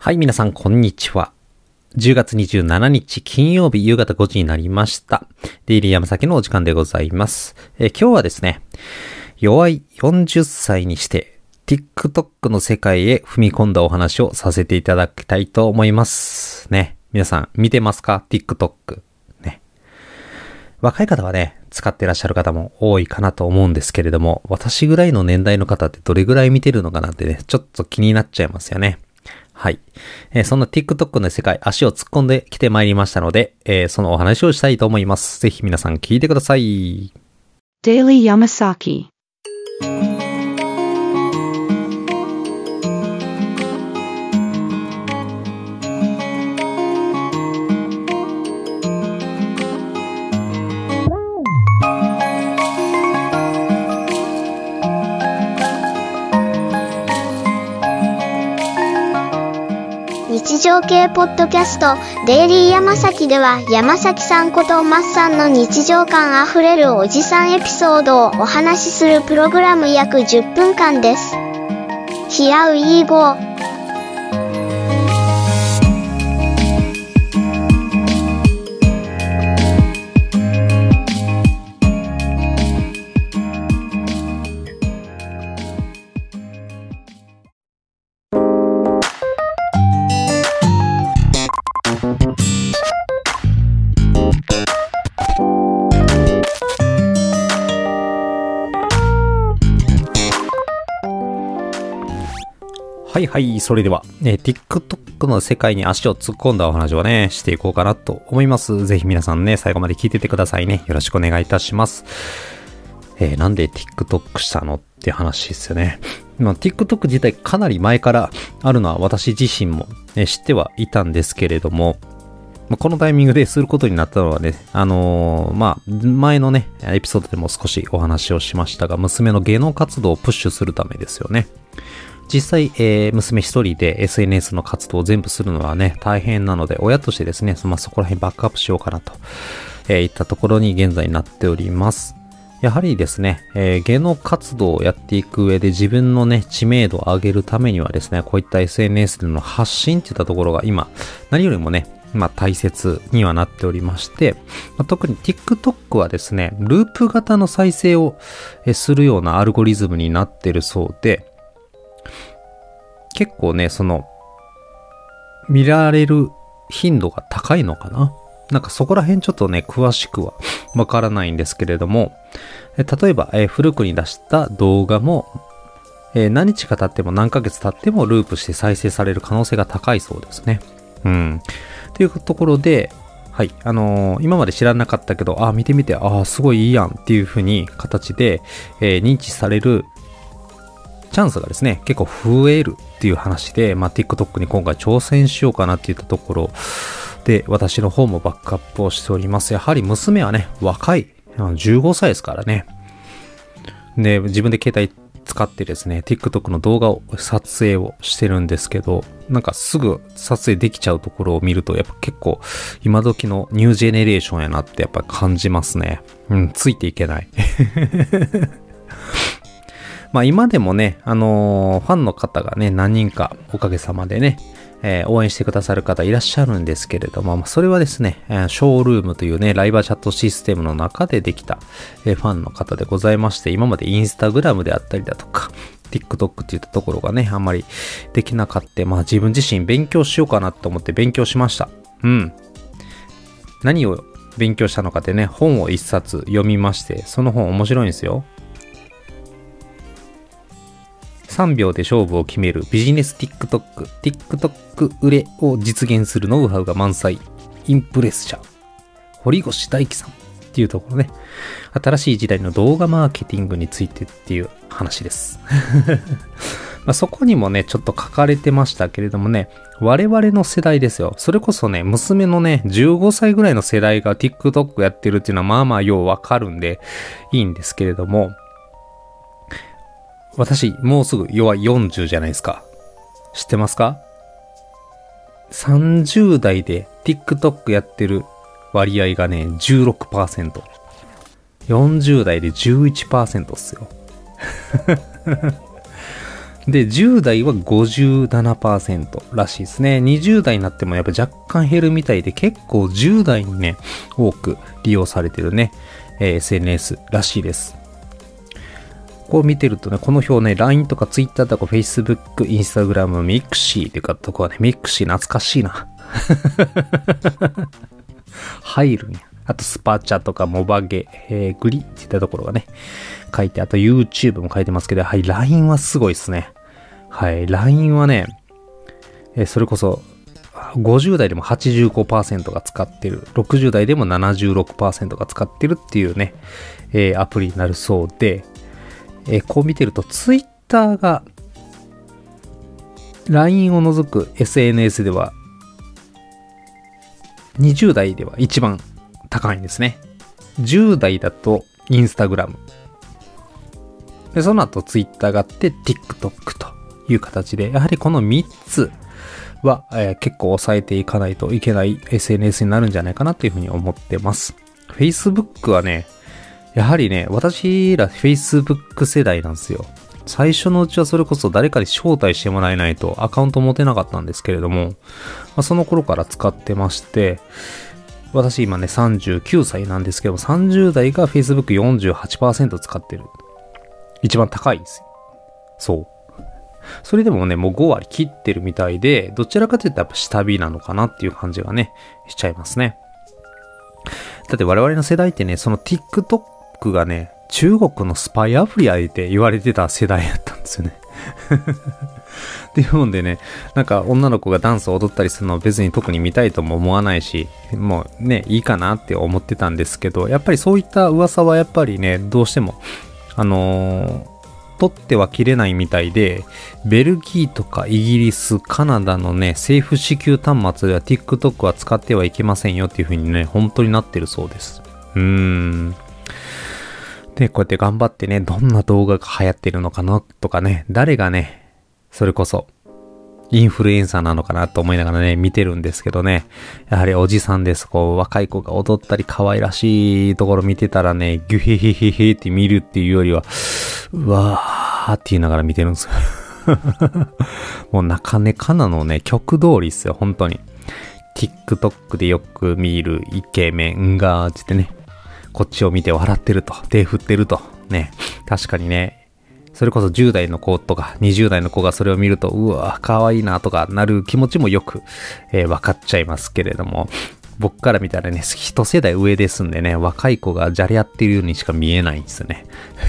はい、皆さん、こんにちは。10月27日金曜日夕方5時になりました。デイリー山崎のお時間でございます。今日はですね、弱い40歳にして TikTok の世界へ踏み込んだお話をさせていただきたいと思います。ね。皆さん、見てますか ?TikTok。ね。若い方はね、使ってらっしゃる方も多いかなと思うんですけれども、私ぐらいの年代の方ってどれぐらい見てるのかなってね、ちょっと気になっちゃいますよね。はい。そんな TikTok の世界、足を突っ込んできてまいりましたので、そのお話をしたいと思います。ぜひ皆さん聞いてください。 Daily Yamasaki。 日常系ポッドキャストデイリー山崎では山崎さんことマッさんの日常感あふれるおじさんエピソードをお話しするプログラム約10分間です。Here we go。 はいはい、それでは、TikTok の世界に足を突っ込んだお話をね、していこうかなと思います。ぜひ皆さんね、最後まで聞いててくださいね。よろしくお願いいたします。なんで TikTok したのって話ですよね。TikTok 自体かなり前からあるのは私自身も、ね、知ってはいたんですけれども、このタイミングですることになったのはね、前のね、エピソードでも少しお話をしましたが、娘の芸能活動をプッシュするためですよね。実際、娘一人で SNS の活動を全部するのはね、大変なので、親としてですね、そこら辺バックアップしようかなと、いったところに現在になっております。やはりですね、芸能活動をやっていく上で自分のね、知名度を上げるためにはですね、こういった SNS での発信っていったところが今、何よりもね、大切にはなっておりまして、特に TikTok はですね、ループ型の再生をするようなアルゴリズムになっているそうで、結構ね、見られる頻度が高いのかな？なんかそこら辺ちょっとね、詳しくはわからないんですけれども、例えば、古くに出した動画も、何日か経っても何ヶ月経ってもループして再生される可能性が高いそうですね。というところで、はい、今まで知らなかったけど、見てみて、すごいいいやんっていう風に形で、認知されるチャンスがですね、結構増えるっていう話で、TikTok に今回挑戦しようかなっていったところで、私の方もバックアップをしております。やはり娘はね、若い、15歳ですからね。で、自分で携帯使ってですね、TikTok の動画を撮影をしてるんですけど、なんかすぐ撮影できちゃうところを見ると、やっぱ結構今時のニュージェネレーションやなってやっぱ感じますね。ついていけない。今でもね、ファンの方がね、何人かおかげさまでね、応援してくださる方いらっしゃるんですけれども、それはですね、ショールームというね、ライバーチャットシステムの中でできた、ファンの方でございまして、今までインスタグラムであったりだとか、TikTok っていったところがね、あんまりできなかった。自分自身勉強しようかなと思って勉強しました。何を勉強したのかってね、本を一冊読みまして、その本面白いんですよ。3秒で勝負を決めるビジネス TikTok 売れを実現するノウハウが満載。インプレッシャー。堀越大樹さんっていうところね。新しい時代の動画マーケティングについてっていう話です。そこにもね、ちょっと書かれてましたけれどもね、我々の世代ですよ。それこそね、娘のね、15歳ぐらいの世代が TikTok やってるっていうのはようわかるんでいいんですけれども、私、もうすぐ弱い40じゃないですか。知ってますか？ 30 代で TikTok やってる割合がね、16%。40代で 11% っすよ。 で、10代は 57% らしいですね。20代になってもやっぱ若干減るみたいで、結構10代にね、多く利用されてるね、SNS らしいです。こう見てるとね、この表ね、LINE とか Twitter とか Facebook、Instagram、Mixi っていうかとこはね、Mixi 懐かしいな。入るんや。あとスパチャとかモバゲ、グリっていったところがね、書いて、あと YouTube も書いてますけど、はい、LINE はすごいですね。はい、LINE はね、それこそ、50代でも 85% が使ってる、60代でも 76% が使ってるっていうね、アプリになるそうで、こう見てると Twitter が LINE を除く SNS では20代では一番高いんですね。10代だと Instagram。で、その後 Twitter があって TikTok という形で、やはりこの3つは、結構抑えていかないといけない SNS になるんじゃないかなというふうに思ってます。Facebook はね、やはりね、私ら Facebook 世代なんですよ。最初のうちはそれこそ誰かに招待してもらえないとアカウント持てなかったんですけれども、その頃から使ってまして、私今ね39歳なんですけども、30代が Facebook48% 使ってる。一番高いんですよ。そう。それでもね、もう5割切ってるみたいで、どちらかというとやっぱ下火なのかなっていう感じがね、しちゃいますね。だって我々の世代ってね、その TikTok がね、中国のスパイアプリやって言われてた世代やったんですよね。っていうもんでね、なんか女の子がダンスを踊ったりするのを別に特に見たいとも思わないし、もうね、いいかなって思ってたんですけど、やっぱりそういった噂はやっぱりね、どうしても、取っては切れないみたいで、ベルギーとかイギリス、カナダのね、政府支給端末では TikTok は使ってはいけませんよっていう風にね、本当になってるそうです。で、こうやって頑張ってね、どんな動画が流行ってるのかなとかね、誰がね、それこそ、インフルエンサーなのかなと思いながらね、見てるんですけどね、やはりおじさんです。こう、若い子が踊ったり可愛らしいところ見てたらね、ギュヘヘヘヘって見るっていうよりは、うわーって言いながら見てるんですよ。もう中根かなのね、曲通りっすよ、本当に。TikTok でよく見るイケメンが、つってね、こっちを見て笑ってると、手振ってると、ね、確かにね、それこそ10代の子とか20代の子がそれを見ると、うわ、可愛いなとかなる気持ちもよく、分かっちゃいますけれども、僕から見たらね、一世代上ですんでね、若い子がじゃれ合ってるようにしか見えないんですよね。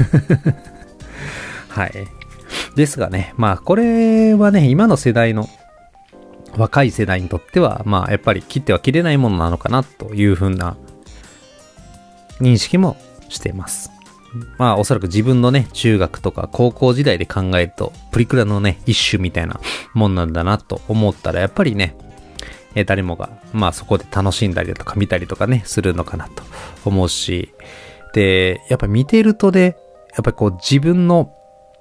はい。ですがね、まあこれはね、今の世代の若い世代にとっては、まあやっぱり切っては切れないものなのかなというふうな認識もしています。まあおそらく自分のね、中学とか高校時代で考えると、プリクラのね、一種みたいなもんなんだなと思ったら、やっぱりね、誰もが、まあそこで楽しんだりとか見たりとかね、するのかなと思うし、で、やっぱ見てるとね、やっぱりこう自分の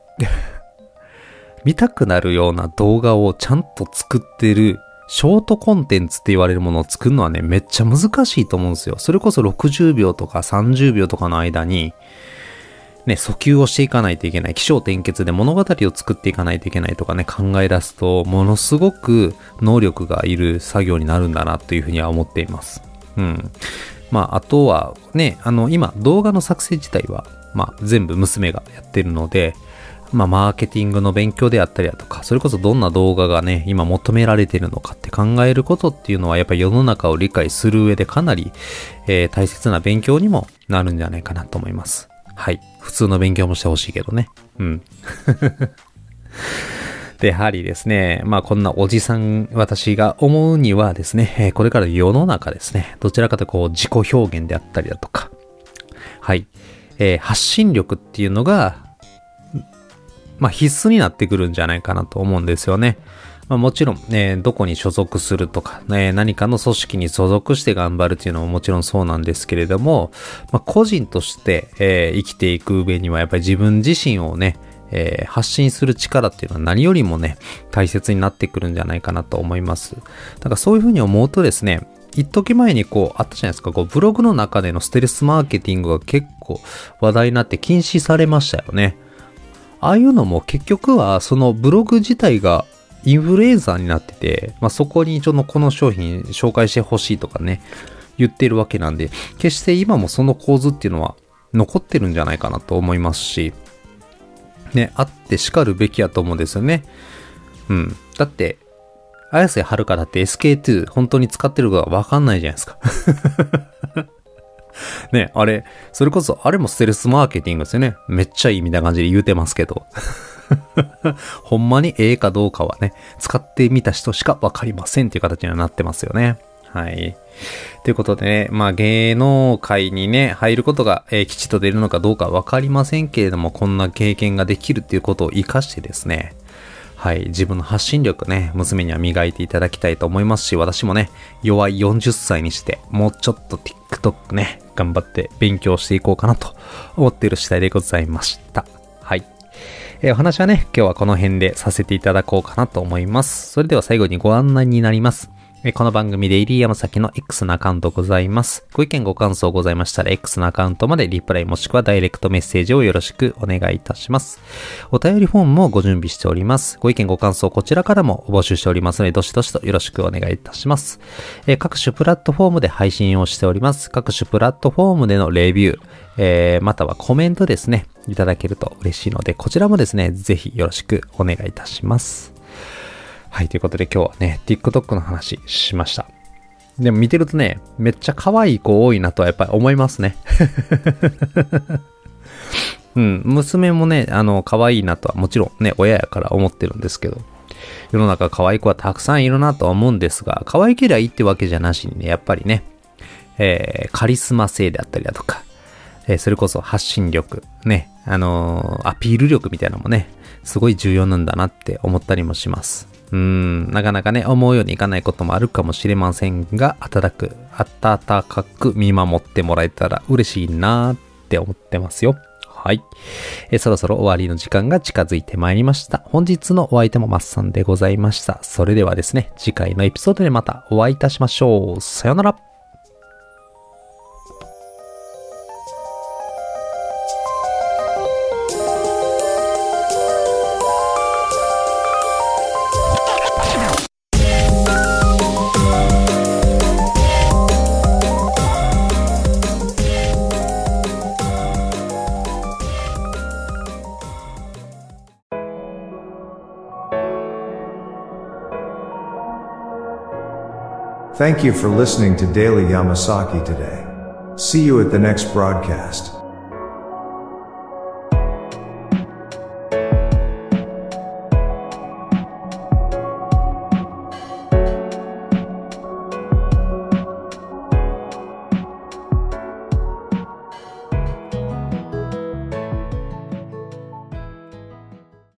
見たくなるような動画をちゃんと作ってるショートコンテンツって言われるものを作るのはね、めっちゃ難しいと思うんですよ。それこそ60秒とか30秒とかの間に、ね、訴求をしていかないといけない。起承転結で物語を作っていかないといけないとかね、考え出すと、ものすごく能力がいる作業になるんだなというふうには思っています。うん。まあ、あとはね、今、動画の作成自体は、まあ、全部娘がやってるので、まあ、マーケティングの勉強であったりだとか、それこそどんな動画がね、今求められているのかって考えることっていうのは、やっぱり世の中を理解する上でかなり、大切な勉強にもなるんじゃないかなと思います。はい。普通の勉強もしてほしいけどね。うん。で、やはりですね、まあこんなおじさん、私が思うにはですね、これから世の中ですね、どちらかというとこう自己表現であったりだとか、はい。発信力っていうのが、まあ必須になってくるんじゃないかなと思うんですよね。まあもちろん、どこに所属するとか、何かの組織に所属して頑張るっていうのももちろんそうなんですけれども、まあ個人として、生きていく上にはやっぱり自分自身をね、発信する力っていうのは何よりもね、大切になってくるんじゃないかなと思います。だからそういうふうに思うとですね、一時前にこうあったじゃないですか、こうブログの中でのステルスマーケティングが結構話題になって禁止されましたよね。 ああいうのも結局はそのブログ自体がインフルエンサーになってて、そこにこの商品紹介してほしいとかね、言ってるわけなんで、決して今もその構図っていうのは残ってるんじゃないかなと思いますし、ね、あって叱るべきやと思うんですよね。だって、綾瀬はるかだって SK2 本当に使ってるかわかんないじゃないですか。ね、あれ、それこそ、あれもステルスマーケティングですよね。めっちゃいいみたいな感じで言うてますけど。ほんまにええかどうかはね、使ってみた人しかわかりませんっていう形にはなってますよね。はい。ということでね、芸能界にね、入ることが、きちっと出るのかどうかわかりませんけれども、こんな経験ができるっていうことを活かしてですね、はい、自分の発信力ね、娘には磨いていただきたいと思いますし、私もね、弱い40歳にして、もうちょっと TikTok ね、頑張って勉強していこうかなと思っている次第でございました。はい。お話はね、今日はこの辺でさせていただこうかなと思います。それでは最後にご案内になります。この番組で入山崎の X のアカウントございます。ご意見ご感想ございましたら X のアカウントまでリプライもしくはダイレクトメッセージをよろしくお願いいたします。お便りフォームもご準備しております。ご意見ご感想こちらからも募集しておりますのでどしどしとよろしくお願いいたします。各種プラットフォームで配信をしております。各種プラットフォームでのレビュー、またはコメントですね、いただけると嬉しいのでこちらもですね、ぜひよろしくお願いいたします。はい、ということで今日はね、TikTok の話しました。でも見てるとね、めっちゃ可愛い子多いなとはやっぱり思いますね。娘もね、可愛いなとはもちろんね、親やから思ってるんですけど、世の中可愛い子はたくさんいるなとは思うんですが、可愛ければいいってわけじゃなしにね、やっぱりね、カリスマ性であったりだとか、それこそ発信力、ね、アピール力みたいなのもね、すごい重要なんだなって思ったりもします。なかなかね、思うようにいかないこともあるかもしれませんが、温かく見守ってもらえたら嬉しいなって思ってますよ。はい。そろそろ終わりの時間が近づいてまいりました。本日のお相手もマッサンでございました。それではですね、次回のエピソードでまたお会いいたしましょう。さよなら。 Thank you for listening to Daily Yamasaki today. See you at the next broadcast.